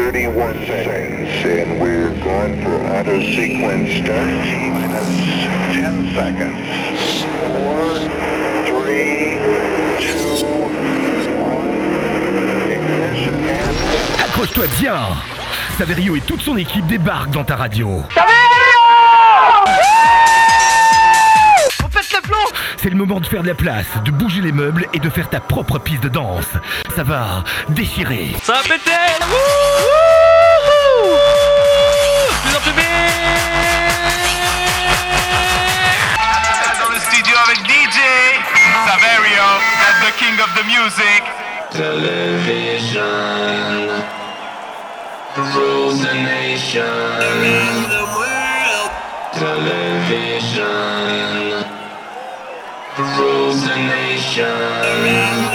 31 seconds, and we're going for auto sequence start. T-minus 10 seconds. 4, 3, 2, 1. Ignition and... Accroche-toi bien. Saverio et toute son équipe débarquent dans ta radio. C'est le moment de faire de la place, de bouger les meubles et de faire ta propre piste de danse. Ça va déchirer. Ça va péter. Plus en plus vite. Dans le studio avec DJ Saverio, that's the king of the music. Television rules the nation. Television rules the nation.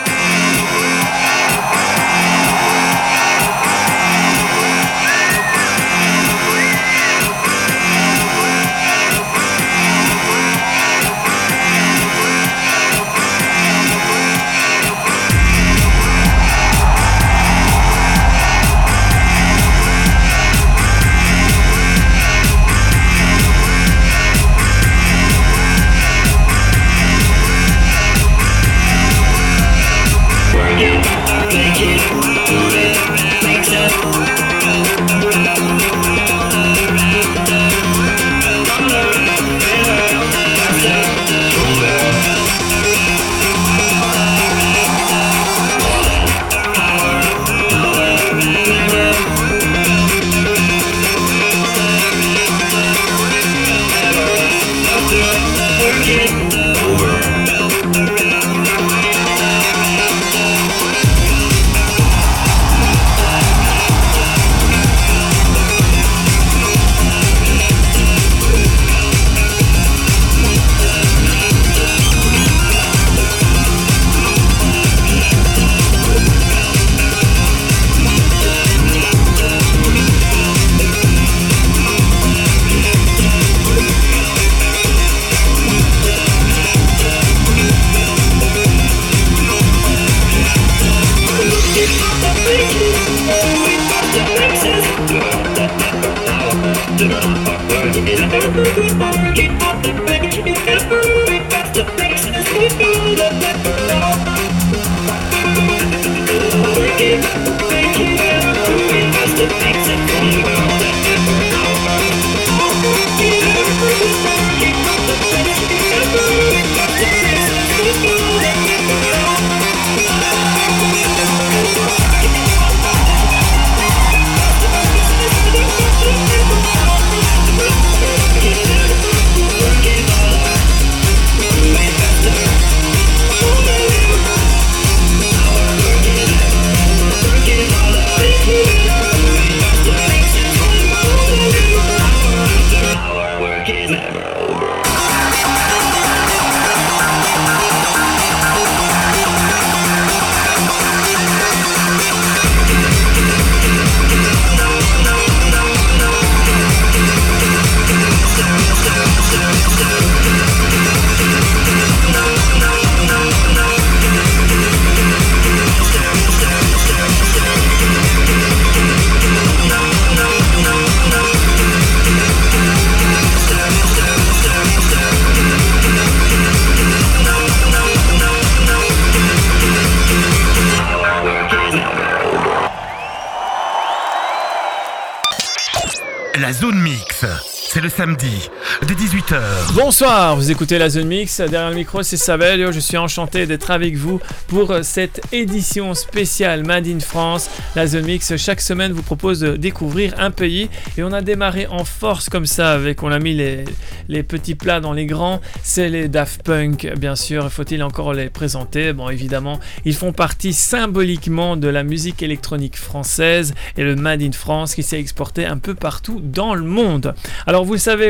La Zone Mix, c'est le samedi, dès 18h. Bonsoir, vous écoutez la Zone Mix. Derrière le micro, c'est Saverio. Je suis enchanté d'être avec vous pour cette édition spéciale Made in France. La Zone Mix, chaque semaine, vous propose de découvrir un pays. Et on a démarré en force comme ça, on a mis les petits plats dans les grands. C'est les Daft Punk, bien sûr. Faut-il encore les présenter? Bon, évidemment, ils font partie symboliquement de la musique électronique française et le Made in France qui s'est exporté un peu partout dans le monde. Alors, vous le savez, vous avez compris.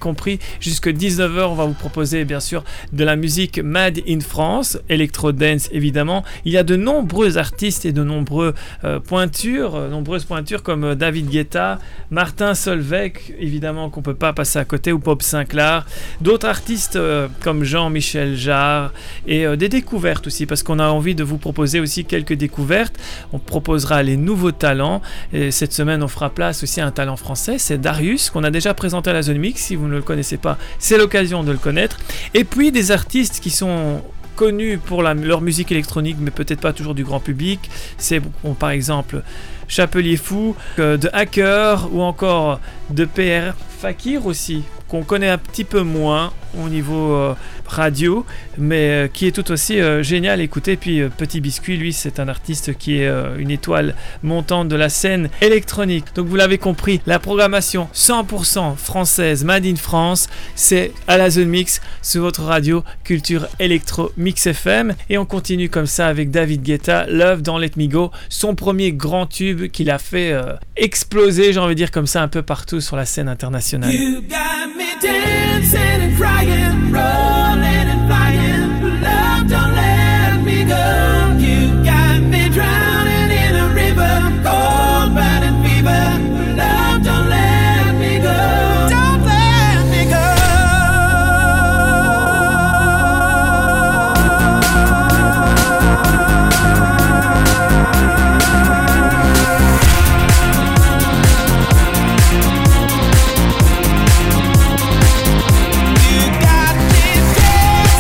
compris, jusque 19h, on va vous proposer bien sûr de la musique Made in France, Electro Dance évidemment. Il y a de nombreux artistes et de nombreuses pointures comme David Guetta, Martin Solveig, évidemment qu'on peut pas passer à côté, ou Bob Sinclair, d'autres artistes comme Jean-Michel Jarre et des découvertes aussi, parce qu'on a envie de vous proposer aussi quelques découvertes. On proposera les nouveaux talents et cette semaine on fera place aussi à un talent français, c'est Darius, qu'on a déjà présenté à la Zone Mix. Si vous ne le connaissez pas, c'est l'occasion de le connaître. Et puis des artistes qui sont connus pour leur musique électronique, mais peut-être pas toujours du grand public. C'est par exemple Chapelier Fou, de Hacker, ou encore de PR Fakir aussi, qu'on connaît un petit peu moins au niveau radio, mais qui est tout aussi génial à écouter. Puis Petit Biscuit, lui, c'est un artiste qui est une étoile montante de la scène électronique. Donc vous l'avez compris, la programmation 100% française, Made in France, c'est à la Zone Mix sur votre radio Culture Electro Mix FM. Et on continue comme ça avec David Guetta, Love Don't Let Me Go, son premier grand tube qu'il a fait exploser, j'ai envie de dire comme ça, un peu partout sur la scène internationale. You got me dancing and crying, rolling and flying. Love don't let me go. You got me drowning in a river, cold burning fever. Love don't let me go. Don't let me go. You got me dancing.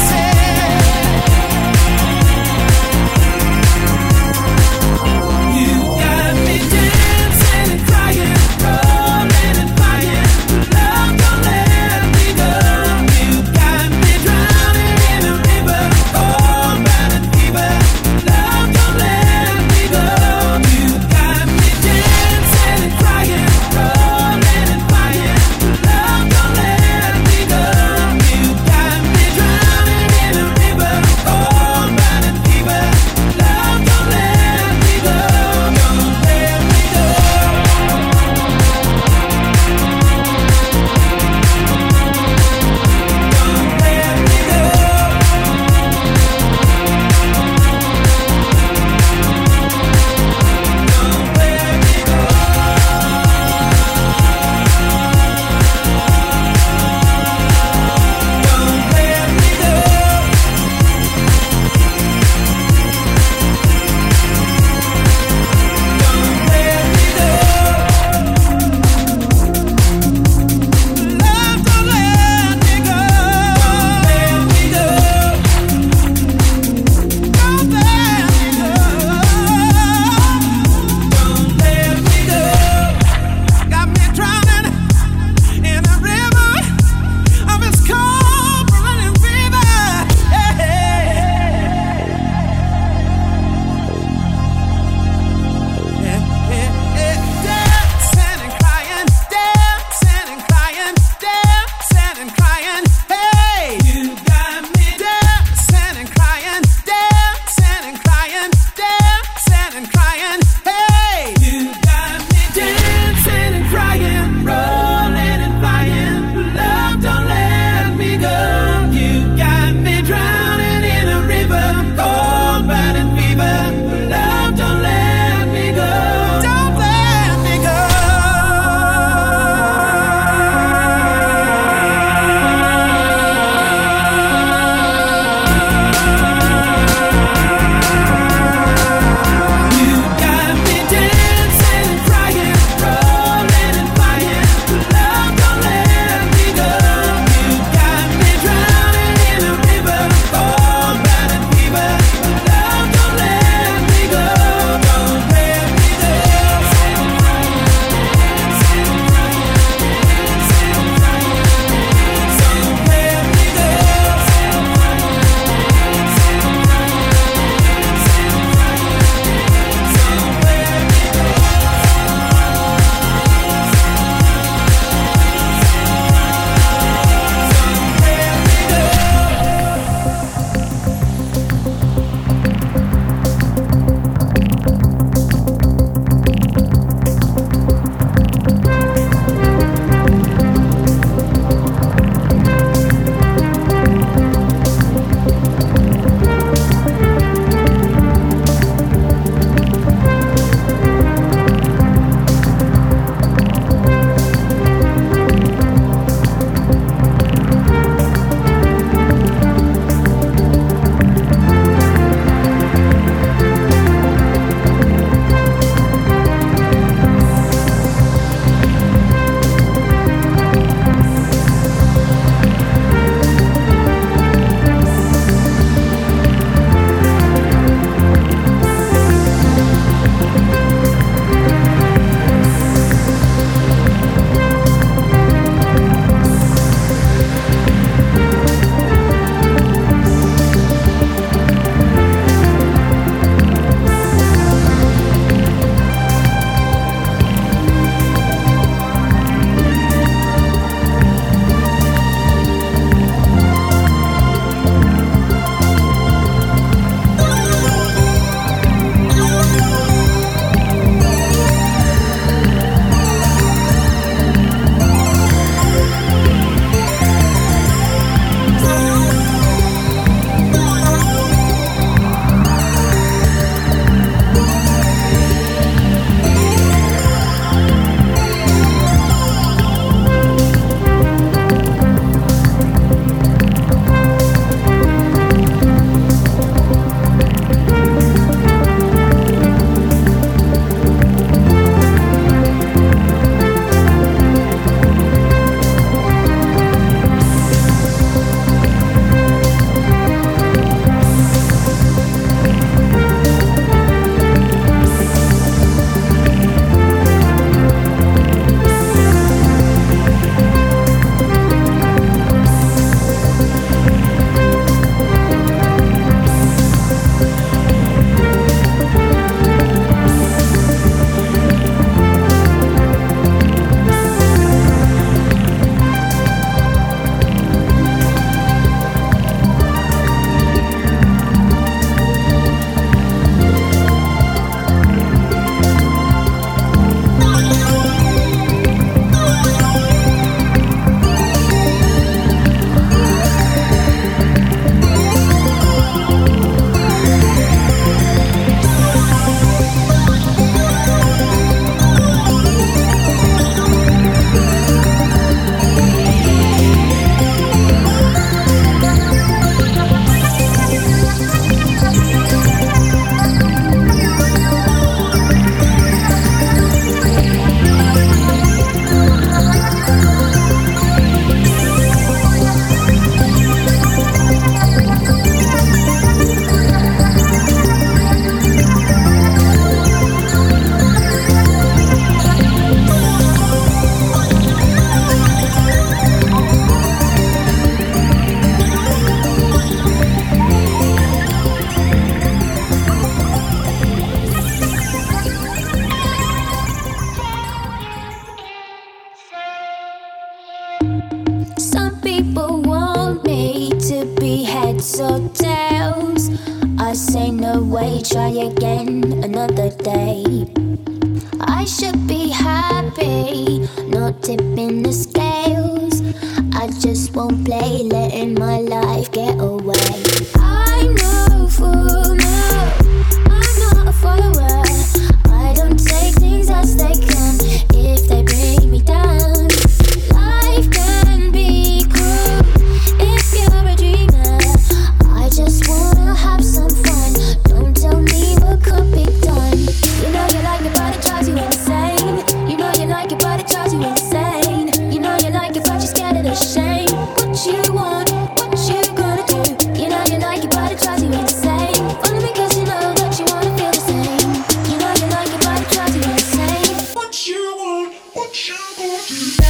people want me to be heads or tails. I say no way, try again another day. I should be happy, not tipping the scales. I just won't play, letting my life get away. I'm no fool, no, I'm not a follower. I don't take things as they come, if they bring me down. Life can be cruel, if you're a dreamer. I just wanna have some fun, don't tell me what could be done. You know you like it but it drives you insane. You know you like it but it drives you insane. You know you like it but you're scared of the shame. What you want, what you gonna do? You know you like it but it drives you insane. Only because you know that you wanna feel the same. You know you like it but it drives you insane. What you want, what you gonna do?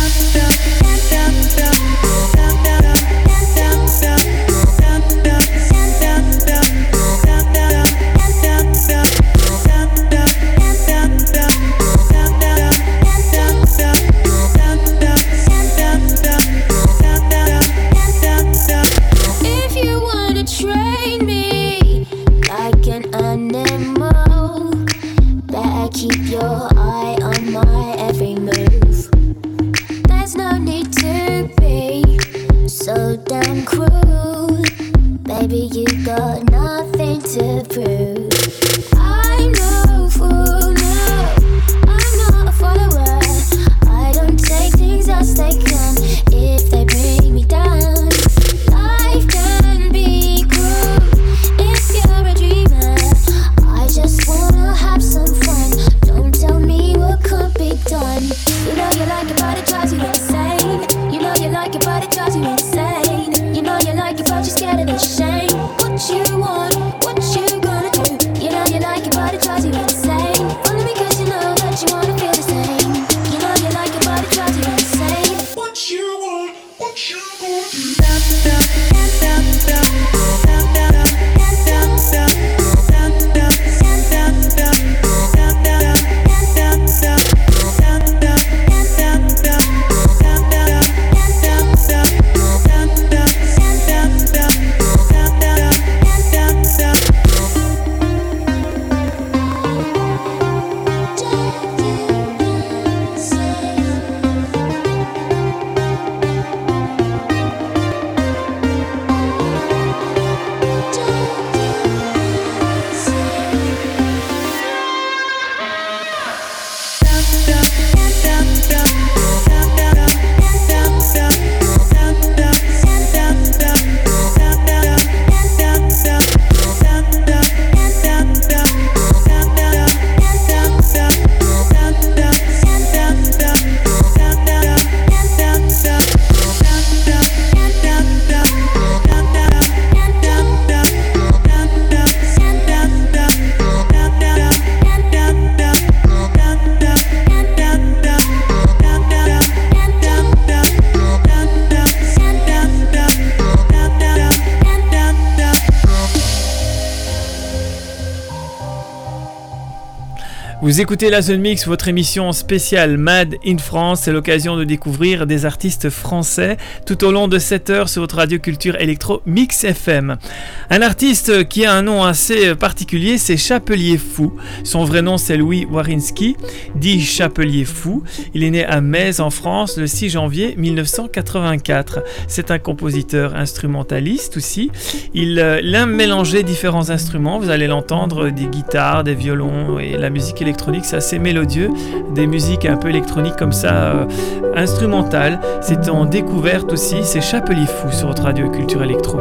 If you wanna train me like an animal, better keep your eye on my every move. There's no need to be so damn cruel. Baby, you got nothing to prove. I'm no fool, no, I'm not a follower. I don't take things as they come, if they bring me down. Life can be cruel, if you're a dreamer. I just wanna have some fun, don't tell me what could be done. You know you like it but it drives you insane. You know you like it but it drives you insane. You know you like it but you're scared of the shame. What you want, what you gonna do? You know you like it but it drives you insane. Only because you know that you wanna feel the same. You know you like it but it drives you insane. What you want, what you gonna do? Vous écoutez la Zone Mix, votre émission spéciale Mad in France. C'est l'occasion de découvrir des artistes français tout au long de 7 heures sur votre radio culture électro Mix FM. Un artiste qui a un nom assez particulier, c'est Chapelier Fou. Son vrai nom, c'est Louis Warinski, dit Chapelier Fou. Il est né à Metz en France le 6 janvier 1984. C'est un compositeur instrumentaliste aussi. Il aime mélanger différents instruments. Vous allez l'entendre, des guitares, des violons et la musique électronique. C'est assez mélodieux, des musiques un peu électroniques comme ça, instrumentales. C'est en découverte aussi, c'est Chapelier Fou sur votre radio culture électro.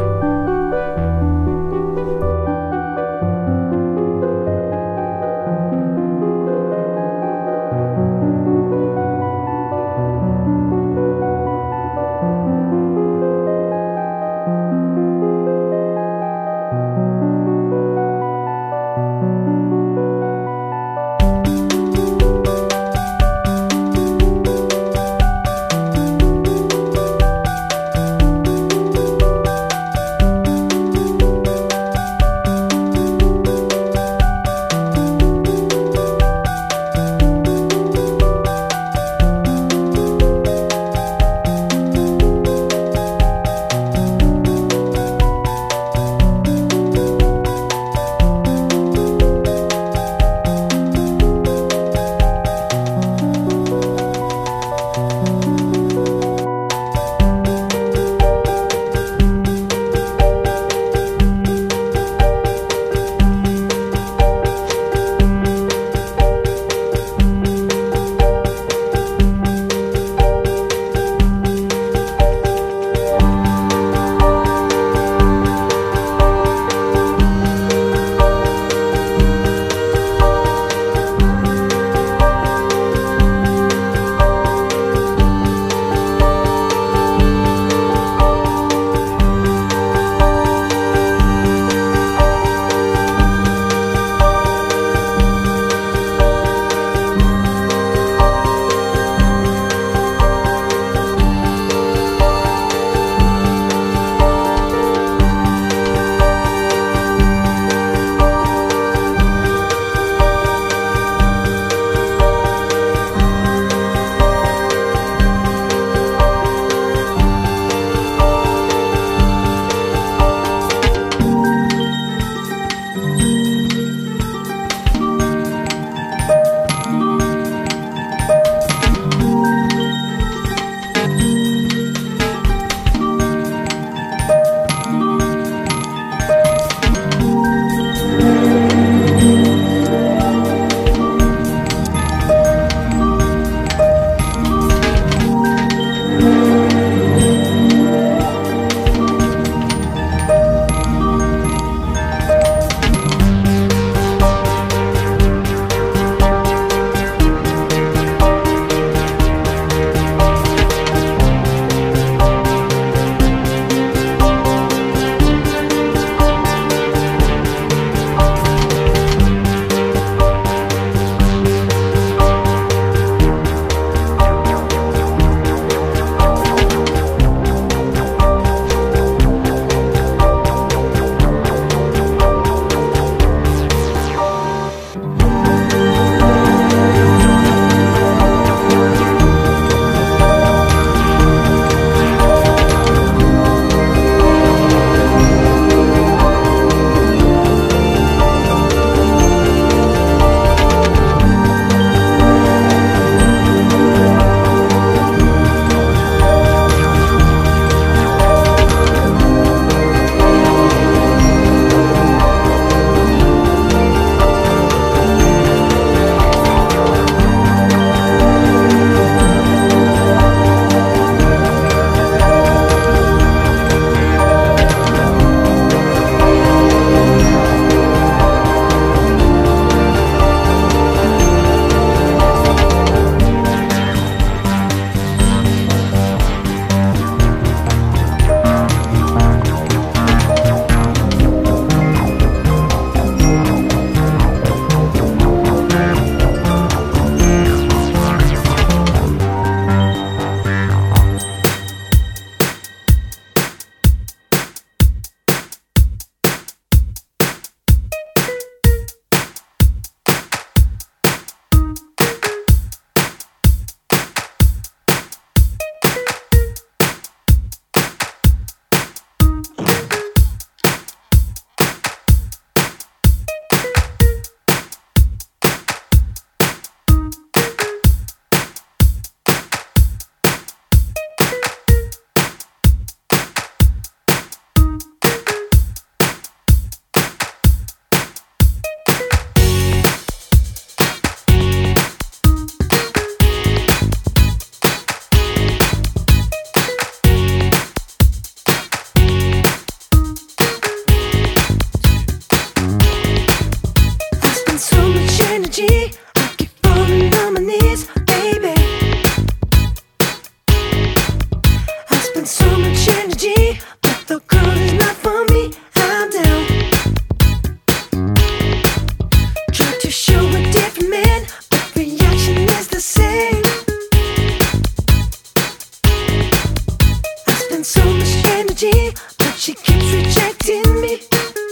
energy, but she keeps rejecting me.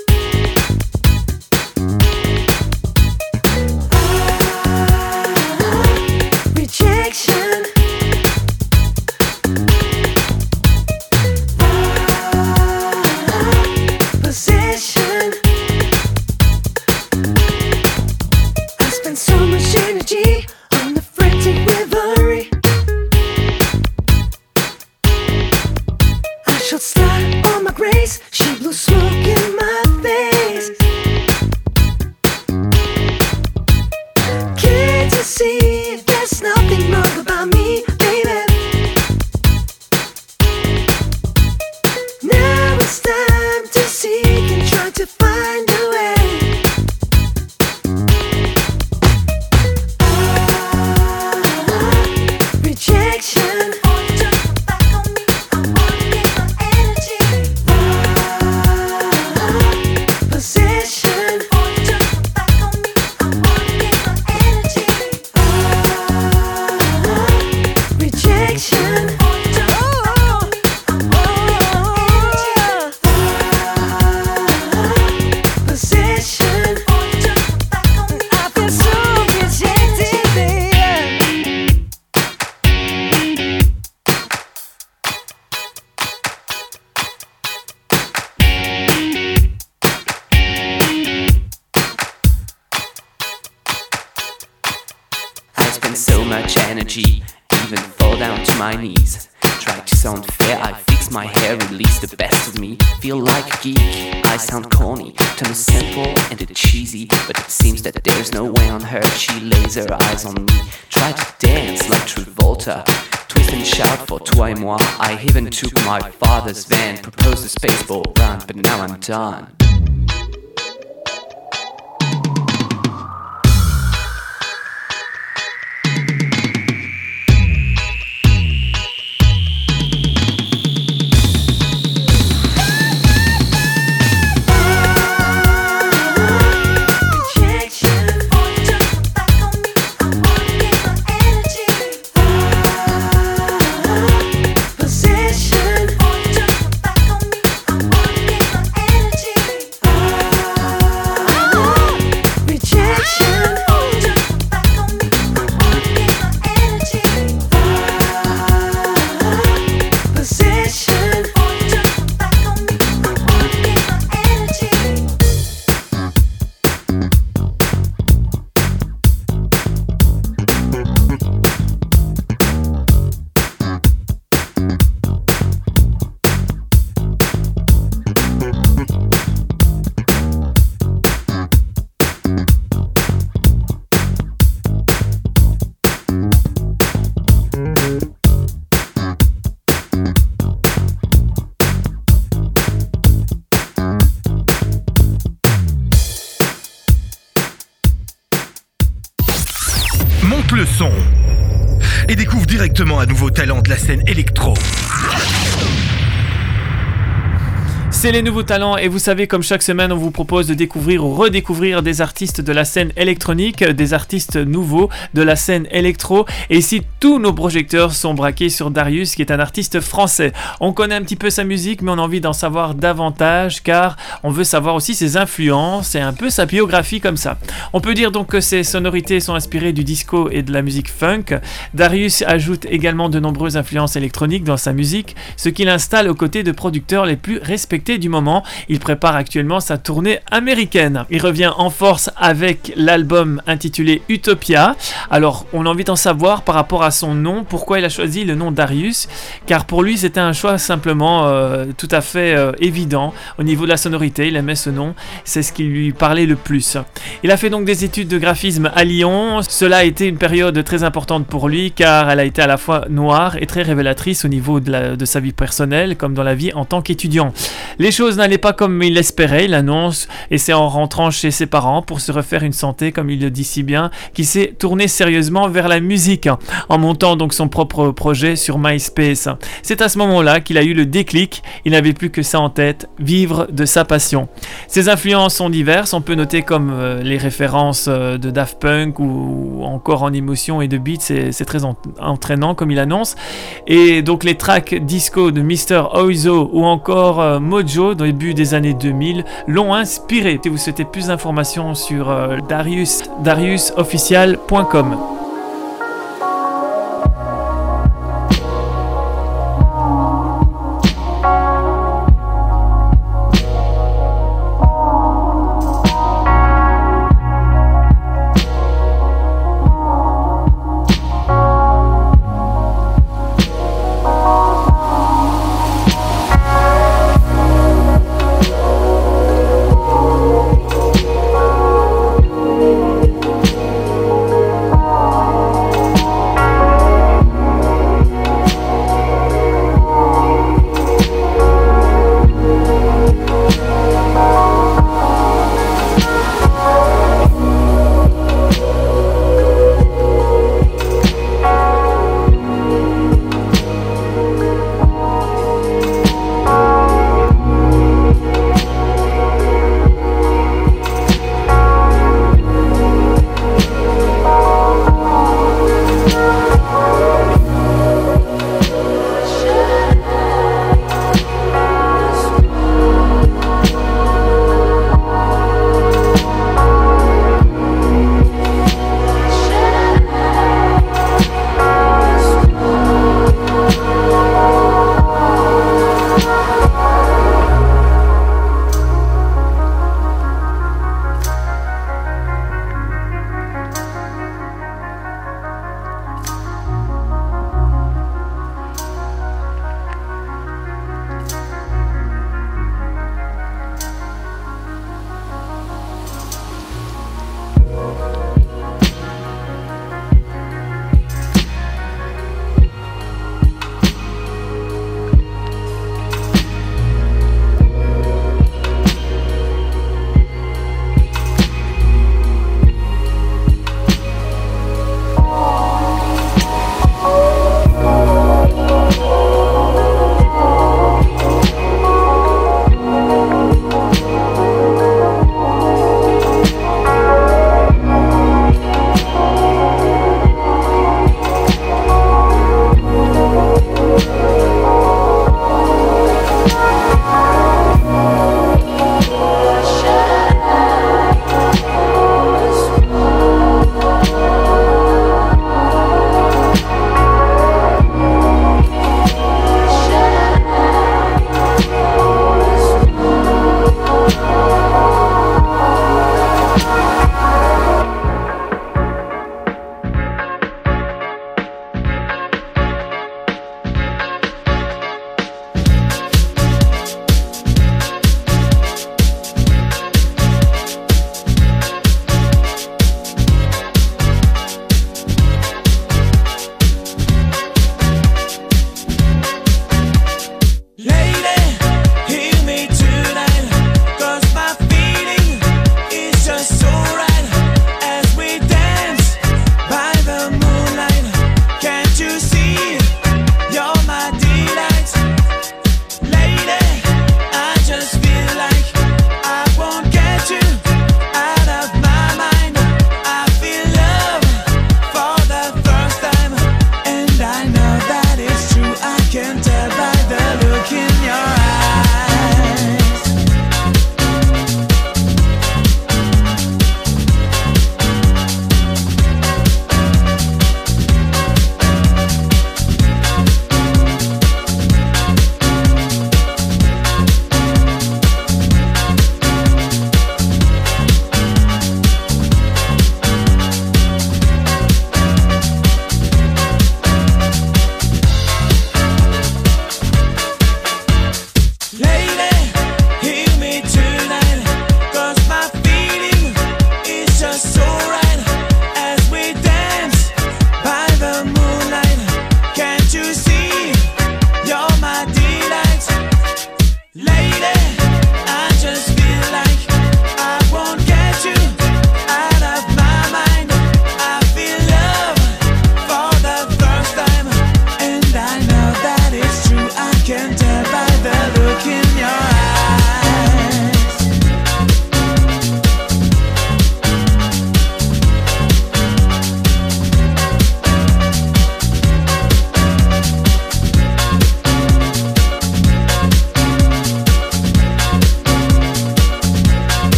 Rejection. Possession. I spend so much energy on the frantic revelry. I shall slide on my grace. She blew smoke in my face. Can't you see there's nothing wrong about me, baby? Now it's time to seek and try to find a way. Rejection. Possession. Rejection. Possession. I feel so rejected, baby. I spend so much energy, even fall down to my knees. Try to sound fair, I fix my hair, release the best of me. Feel like a geek, I sound corny, turn simple and it's cheesy. But it seems that there's no way on her, she lays her eyes on me. Try to dance like Travolta, twist and shout for toi et moi. I even took my father's van, proposed a spaceball run, but now I'm done. Possession. monte le son et découvre directement un nouveau talent de la scène électro. C'est les nouveaux talents et vous savez, comme chaque semaine, on vous propose de découvrir ou redécouvrir des artistes de la scène électronique, des artistes nouveaux de la scène électro. Et ici, tous nos projecteurs sont braqués sur Darius, qui est un artiste français. On connaît un petit peu sa musique, mais on a envie d'en savoir davantage, car on veut savoir aussi ses influences et un peu sa biographie comme ça. On peut dire donc que ses sonorités sont inspirées du disco et de la musique funk. Darius ajoute également de nombreuses influences électroniques dans sa musique, ce qui l'installe aux côtés de producteurs les plus respectés du moment. Il prépare actuellement sa tournée américaine. Il revient en force avec l'album intitulé Utopia. Alors, on a envie d'en savoir par rapport à son nom, pourquoi il a choisi le nom Darius, car pour lui, c'était un choix simplement tout à fait évident. Au niveau de la sonorité, il aimait ce nom, c'est ce qui lui parlait le plus. Il a fait donc des études de graphisme à Lyon. Cela a été une période très importante pour lui, car elle a été à la fois noire et très révélatrice au niveau de sa vie personnelle, comme dans la vie en tant qu'étudiant. Les choses n'allaient pas comme il l'espérait, il annonce, et c'est en rentrant chez ses parents pour se refaire une santé, comme il le dit si bien, qu'il s'est tourné sérieusement vers la musique, en montant donc son propre projet sur MySpace. C'est à ce moment-là qu'il a eu le déclic, il n'avait plus que ça en tête, vivre de sa passion. Ses influences sont diverses, on peut noter comme les références de Daft Punk ou encore en émotion et de beat, c'est très entraînant comme il annonce. Et donc les tracks disco de Mr. Oizo ou encore Mojo dans le début des années 2000 l'ont inspiré. Si vous souhaitez plus d'informations sur dariusofficial.com.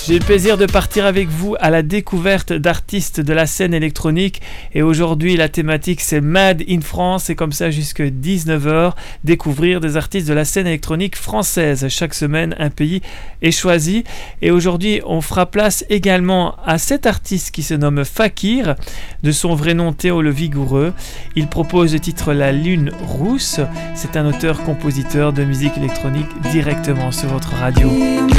J'ai le plaisir de partir avec vous à la découverte d'artistes de la scène électronique et aujourd'hui la thématique c'est Made in France et comme ça jusqu'à 19h découvrir des artistes de la scène électronique française. Chaque semaine un pays est choisi et aujourd'hui on fera place également à cet artiste qui se nomme Fakir, de son vrai nom Théo le Vigoureux. Il propose le titre La Lune Rousse, c'est un auteur-compositeur de musique électronique directement sur votre radio.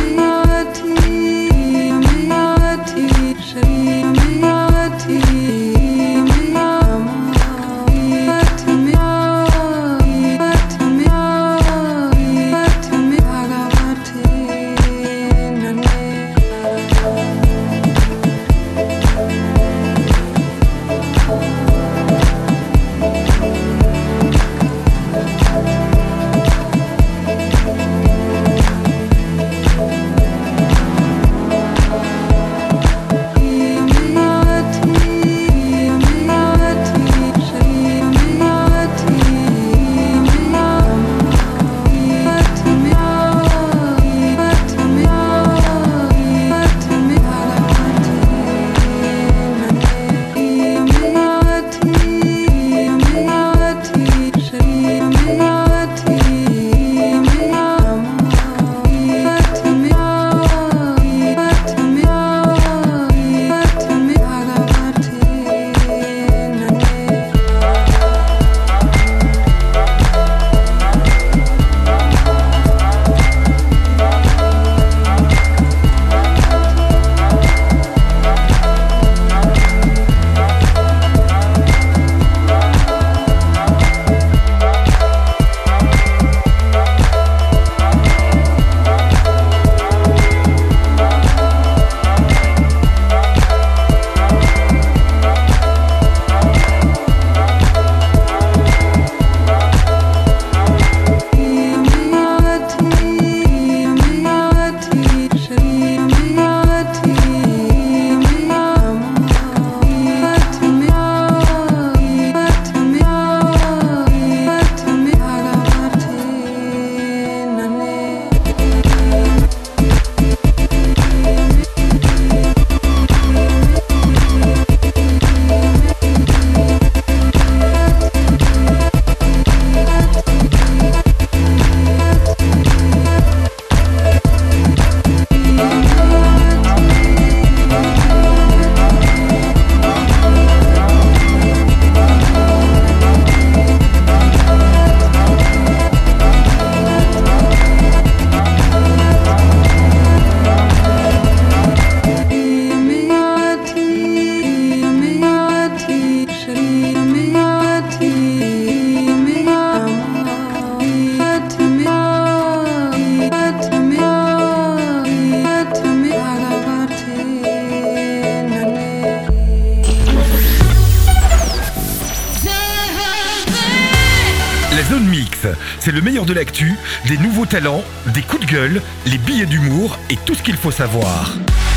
C'est le meilleur de l'actu, des nouveaux talents, des coups de gueule, les billets d'humour et tout ce qu'il faut savoir.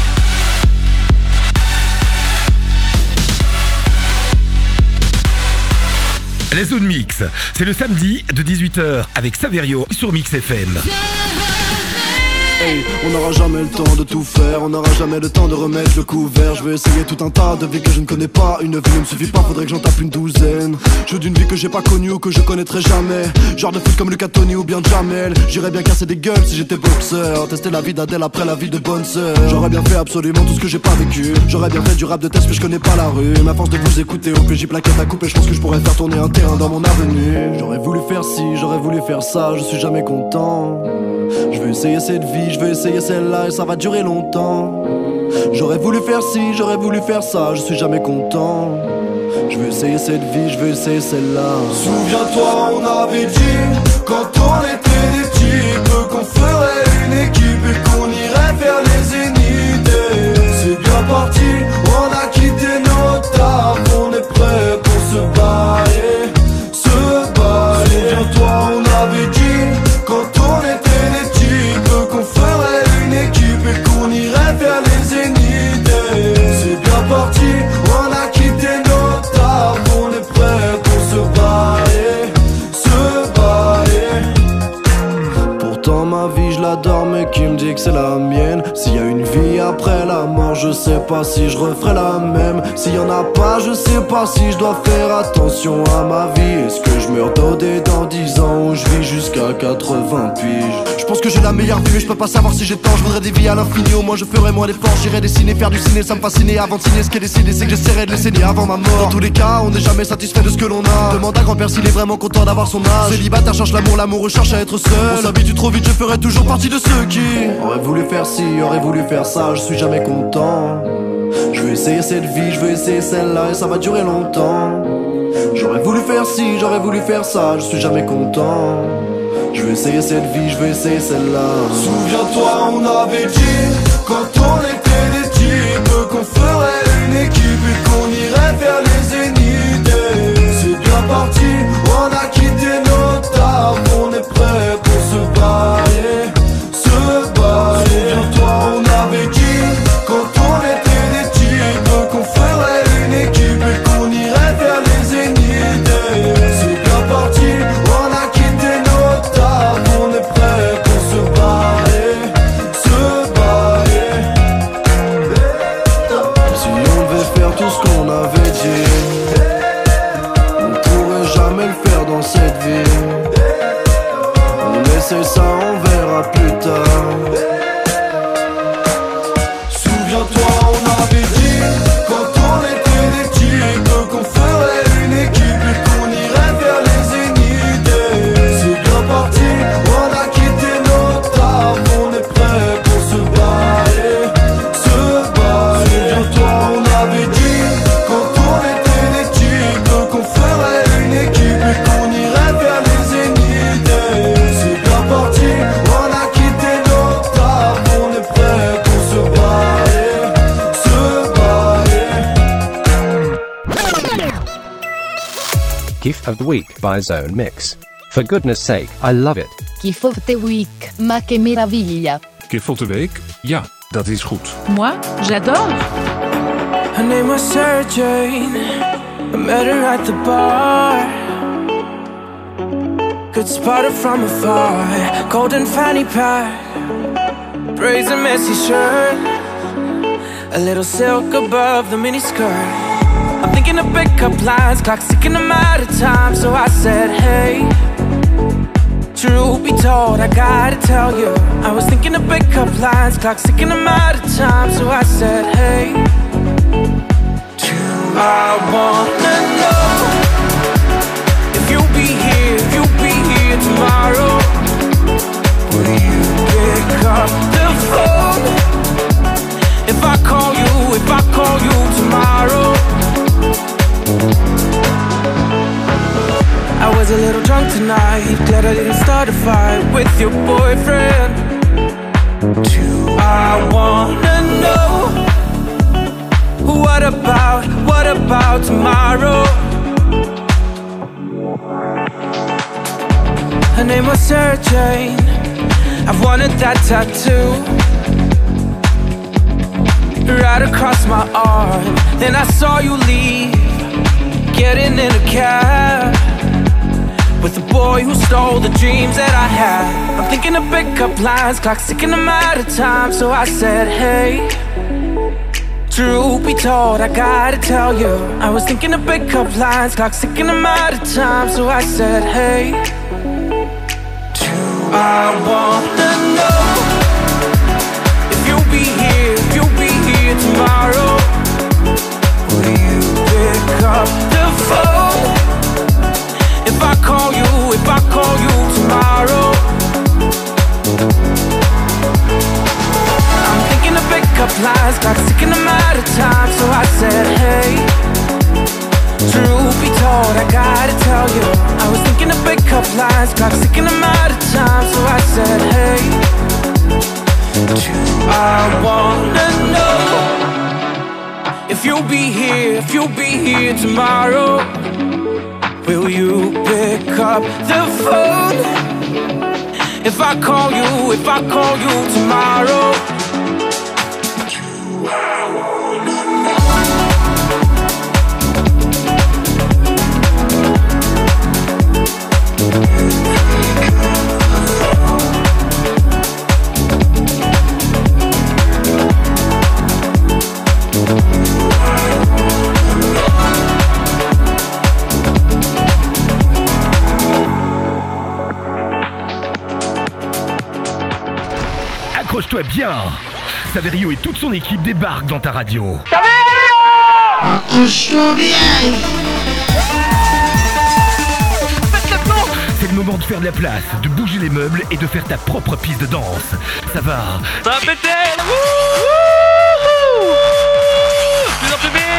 La Zone Mix, c'est le samedi de 18h avec Saverio sur Mix FM. Hey, on n'aura jamais le temps de tout faire, on n'aura jamais le temps de remettre le couvert. Je vais essayer tout un tas de vies que je ne connais pas. Une vie ne me suffit pas, faudrait que j'en tape une douzaine. Je veux d'une vie que j'ai pas connue ou que je connaîtrai jamais. Genre de foot comme Lucas Tony ou bien Jamel. J'irais bien casser des gueules si j'étais boxeur. Tester la vie d'Adèle après la vie de bonne sœur. J'aurais bien fait absolument tout ce que j'ai pas vécu. J'aurais bien fait du rap de test mais je connais pas la rue. Mais à force de vous écouter au PJ plaquette à couper, je pense que je pourrais faire tourner un terrain dans mon avenue. J'aurais voulu faire ci, j'aurais voulu faire ça, je suis jamais content. Je veux essayer cette vie, je veux essayer celle-là et ça va durer longtemps. J'aurais voulu faire ci, j'aurais voulu faire ça, je suis jamais content. Je veux essayer cette vie, je veux essayer celle-là. Souviens-toi, on avait dit, quand on était des types, qu'on ferait une équipe et qu'on irait vers les zéniths. C'est bien parti, on a quitté nos tables, on est prêt pour se bailler, se bailler. Souviens-toi, on avait dit, quand on était des types, qu'on ferait une équipe et qu'on irait vers les zéniths. C'est bien parti, on a quitté nos tables, on est prêt pour se bailler, se bailler. Pour pourtant ma vie je l'adore mais qui me dit que c'est la mienne. S'il y a une vie après la mort, je sais pas si je referai la même. S'il y en a pas, je sais pas si je dois faire attention à ma vie. Est-ce que je meurs dodé dans 10 ans ou je vis jusqu'à 80 piges? Je pense que j'ai la meilleure vie mais je peux pas savoir si j'ai tort. Je voudrais des vies à l'infini, au moins je ferai moins d'efforts. J'irai dessiner, faire du ciné, ça me fascinait. Avant de signer, ce qui est décidé c'est que j'essaierai de les saigner avant ma mort. Dans tous les cas, on n'est jamais satisfait de ce que l'on a. Demande à grand-père s'il est vraiment content d'avoir son âge. Célibataire cherche l'amour, l'amour recherche à être seul. On s'habitue trop vite, je ferai toujours partie de ceux qui auraient voulu faire ci, auraient voulu faire ça. Je suis jamais content. Je veux essayer cette vie, je veux essayer celle-là et ça va durer longtemps. J'aurais voulu faire ci, j'aurais voulu faire ça. Je suis jamais content. Je veux essayer cette vie, je veux essayer celle-là. Souviens-toi, on avait dit quand on était des types qu'on ferait une équipe et qu'on irait vers les zéniths. C'est bien parti, on a quitté nos tables. On est prêt pour se barrer, se barrer. Souviens-toi, on avait dit quand on était des types qu'on ferait une équipe et qu'on irait vers les zéniths. C'est bien parti, on a quitté nos tables. On est prêt pour se barrer, se barrer. Si on devait faire tout ce qu'on avait dit, on pourrait jamais le faire dans cette vie. On essaie ça, on verra plus tard. Souviens-toi, on avait dit quand on était des types qu'on ferait une équipe et qu'on irait vers les zéniths. C'est bien parti, on a quitté nos tables. On est prêt pour se barrer, se barrer. Souviens-toi, on avait dit quand on était des types qu'on ferait une équipe et qu'on irait vers les zéniths. C'est bien parti, on a quitté nos tables. On est prêt pour se barrer, se barrer. GIF of the Week by Zone Mix. For goodness sake, I love it. GIF of the Week, ma che meraviglia. GIF of the Week? Ja, dat is goed. Moi, j'adore. Her name was Sarah Jane. I met her at the bar. Could spot her from afar. Golden fanny pack, braids and messy shirt, a little silk above the miniskirt. I'm thinking of pickup lines, clock's ticking, I'm out of time. So I said, hey, truth be told, I gotta tell you, I was thinking of pickup lines, clock's ticking, I'm out of time. So I said, hey, I wanna know if you'll be here, if you'll be here tomorrow. Will you pick up the phone if I call you, if I call you tomorrow? I was a little drunk tonight, glad I didn't start a fight with your boyfriend. I wanna know, what about tomorrow? Her name was Sarah Jane, I've wanted that tattoo right across my arm. Then I saw you leave, getting in a cab with the boy who stole the dreams that I had. I'm thinking of pickup lines, clock's ticking, I'm out of time. So I said, hey, truth be told, I gotta tell you, I was thinking of pickup lines, clock's ticking, I'm out of time. So I said, hey, I wanna know if you'll be here, if you'll be here tomorrow. Will you pick up the phone if I call you, if I call you tomorrow? I'm thinking of pickup lines, clock's ticking, I'm out of time. So I said, hey, truth be told, I gotta tell you, I was thinking of pickup lines, clock's ticking, I'm out of time. So I said, hey, I wanna know if you'll be here, if you'll be here tomorrow. Will you pick up the phone if I call you, if I call you tomorrow? accroche-toi bien. Saverio et toute son équipe débarquent dans ta radio. C'est le moment de faire de la place, de bouger les meubles et de faire ta propre piste de danse. Ça va. Ça va péter. Plus en plus vite.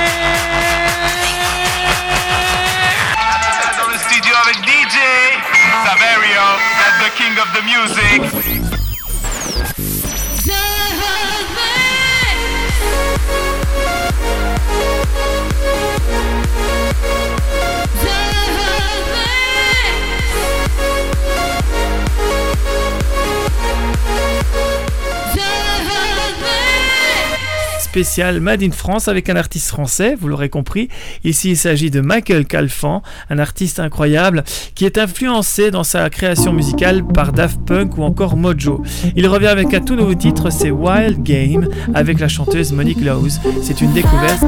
Dans le studio avec DJ Saverio, that's the king of the music. Spécial Made in France avec un artiste français, vous l'aurez compris. Ici, il s'agit de Michael Calfan, un artiste incroyable qui est influencé dans sa création musicale par Daft Punk ou encore Mojo. Il revient avec un tout nouveau titre, c'est Wild Game, avec la chanteuse Monique Lawes. C'est une découverte.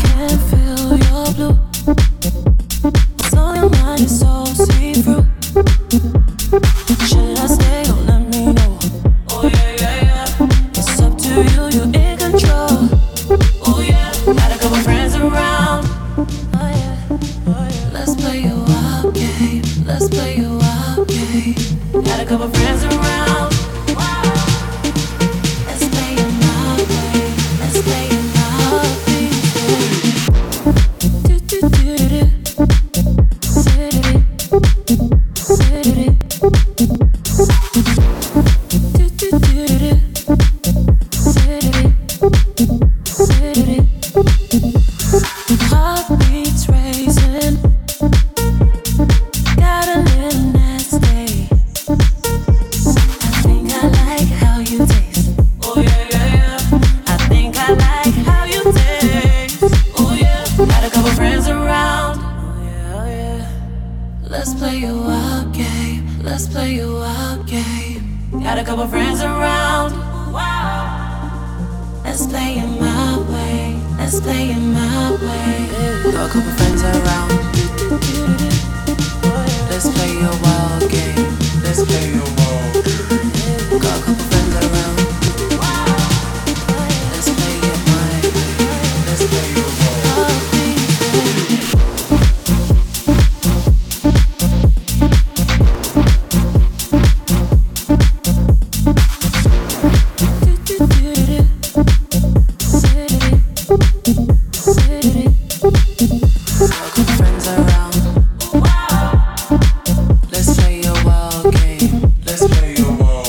Let's play a wild game. Let's play a wild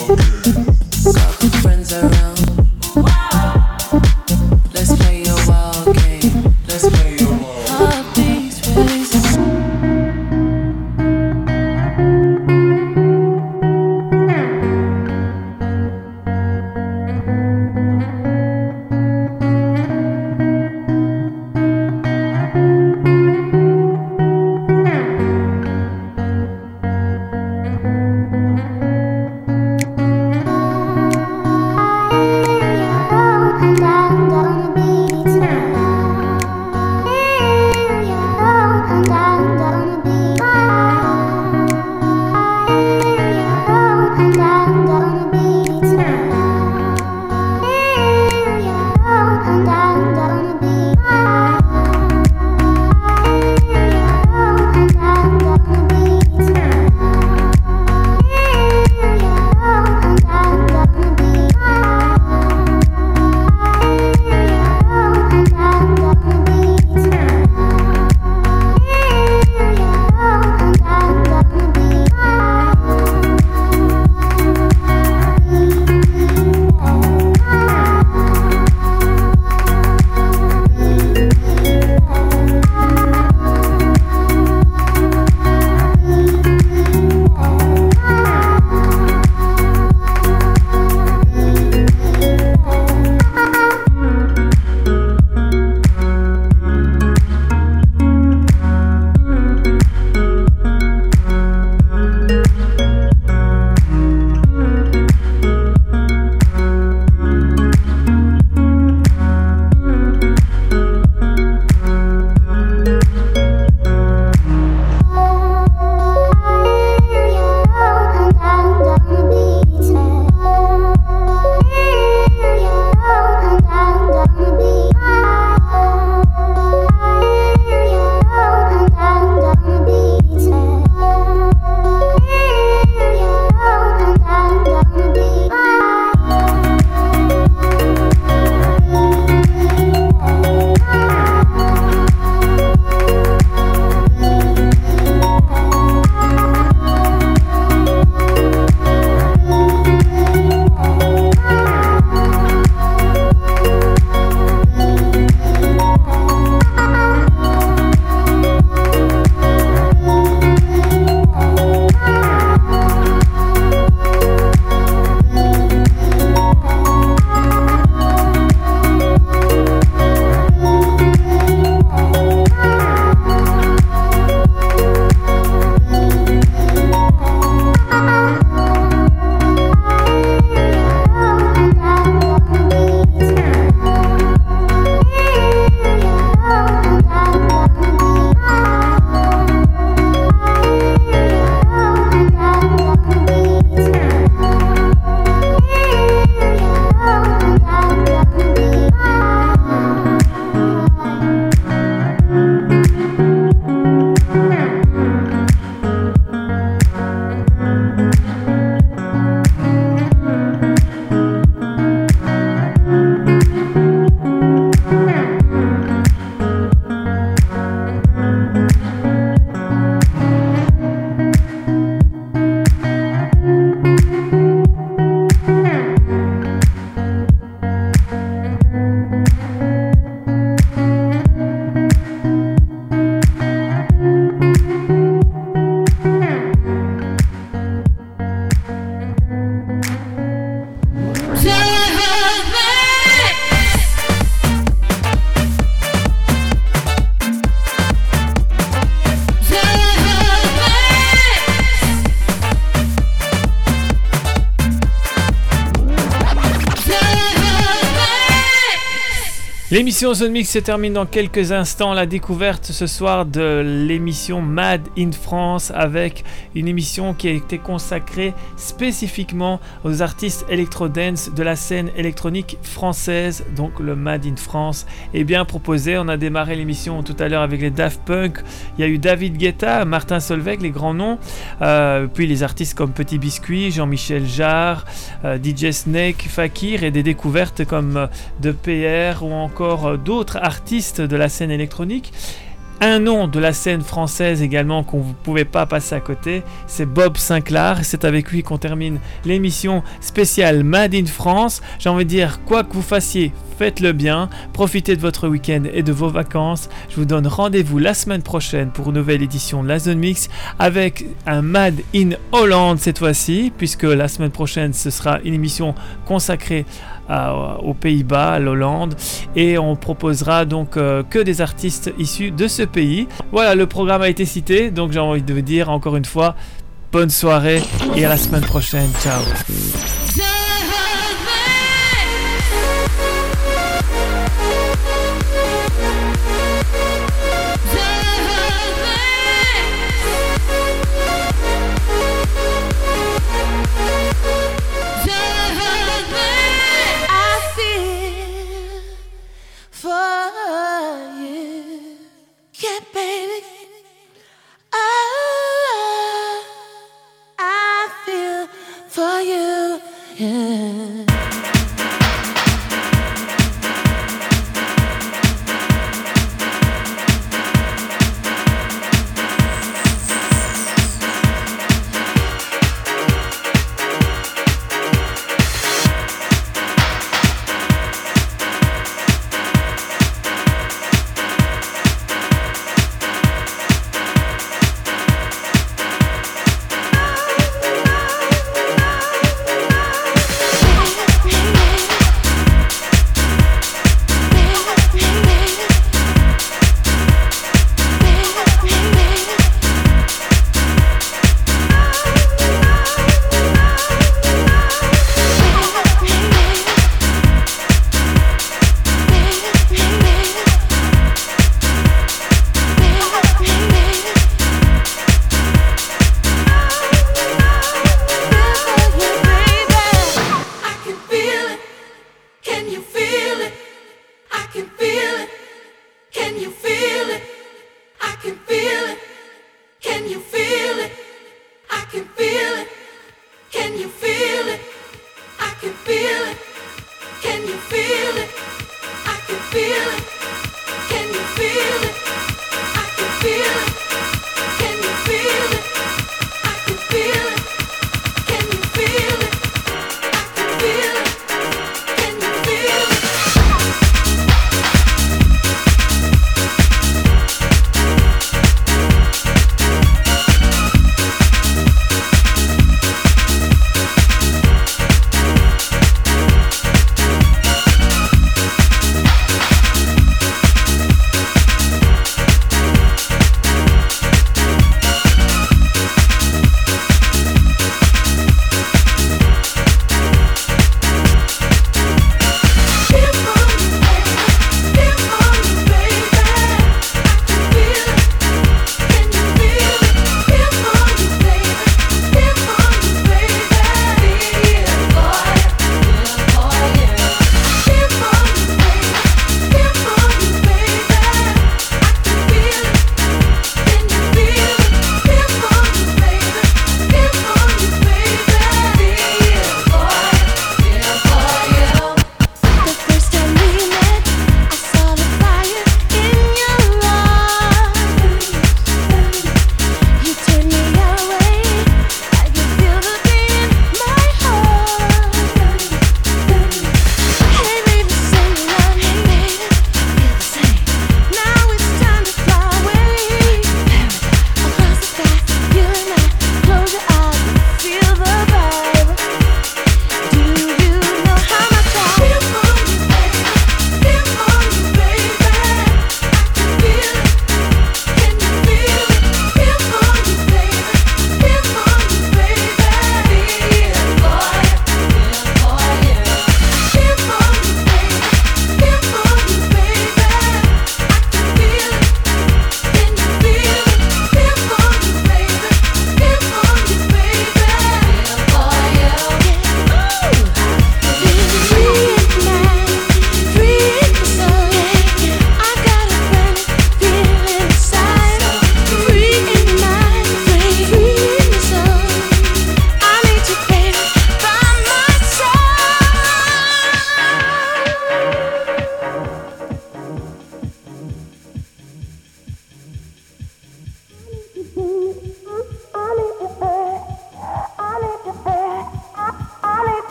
L'émission Zone Mix se termine dans quelques instants. La découverte ce soir de l'émission Mad in France, avec une émission qui a été consacrée spécifiquement aux artistes électro-dance de la scène électronique française. Donc le Mad in France est bien proposé. On a démarré l'émission tout à l'heure avec les Daft Punk. Il y a eu David Guetta, Martin Solveig, les grands noms. Puis les artistes comme Petit Biscuit, Jean-Michel Jarre, DJ Snake, Fakir, et des découvertes comme de PR ou encore d'autres artistes de la scène électronique. Un nom de la scène française également qu'on ne pouvait pas passer à côté, c'est Bob Sinclair. C'est avec lui qu'on termine l'émission spéciale Mad in France. J'ai envie de dire, quoi que vous fassiez, faites-le bien, profitez de votre week-end et de vos vacances. Je vous donne rendez-vous la semaine prochaine pour une nouvelle édition de la Zone Mix avec un Mad in Hollande cette fois-ci, puisque la semaine prochaine ce sera une émission consacrée aux Pays-Bas, à l'Hollande, et on proposera donc que des artistes issus de ce pays. Voilà, le programme a été cité, donc j'ai envie de vous dire encore une fois, bonne soirée et à la semaine prochaine. Ciao.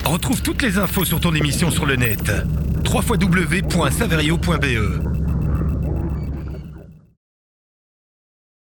Retrouve toutes les infos sur ton émission sur le net. www.saverio.be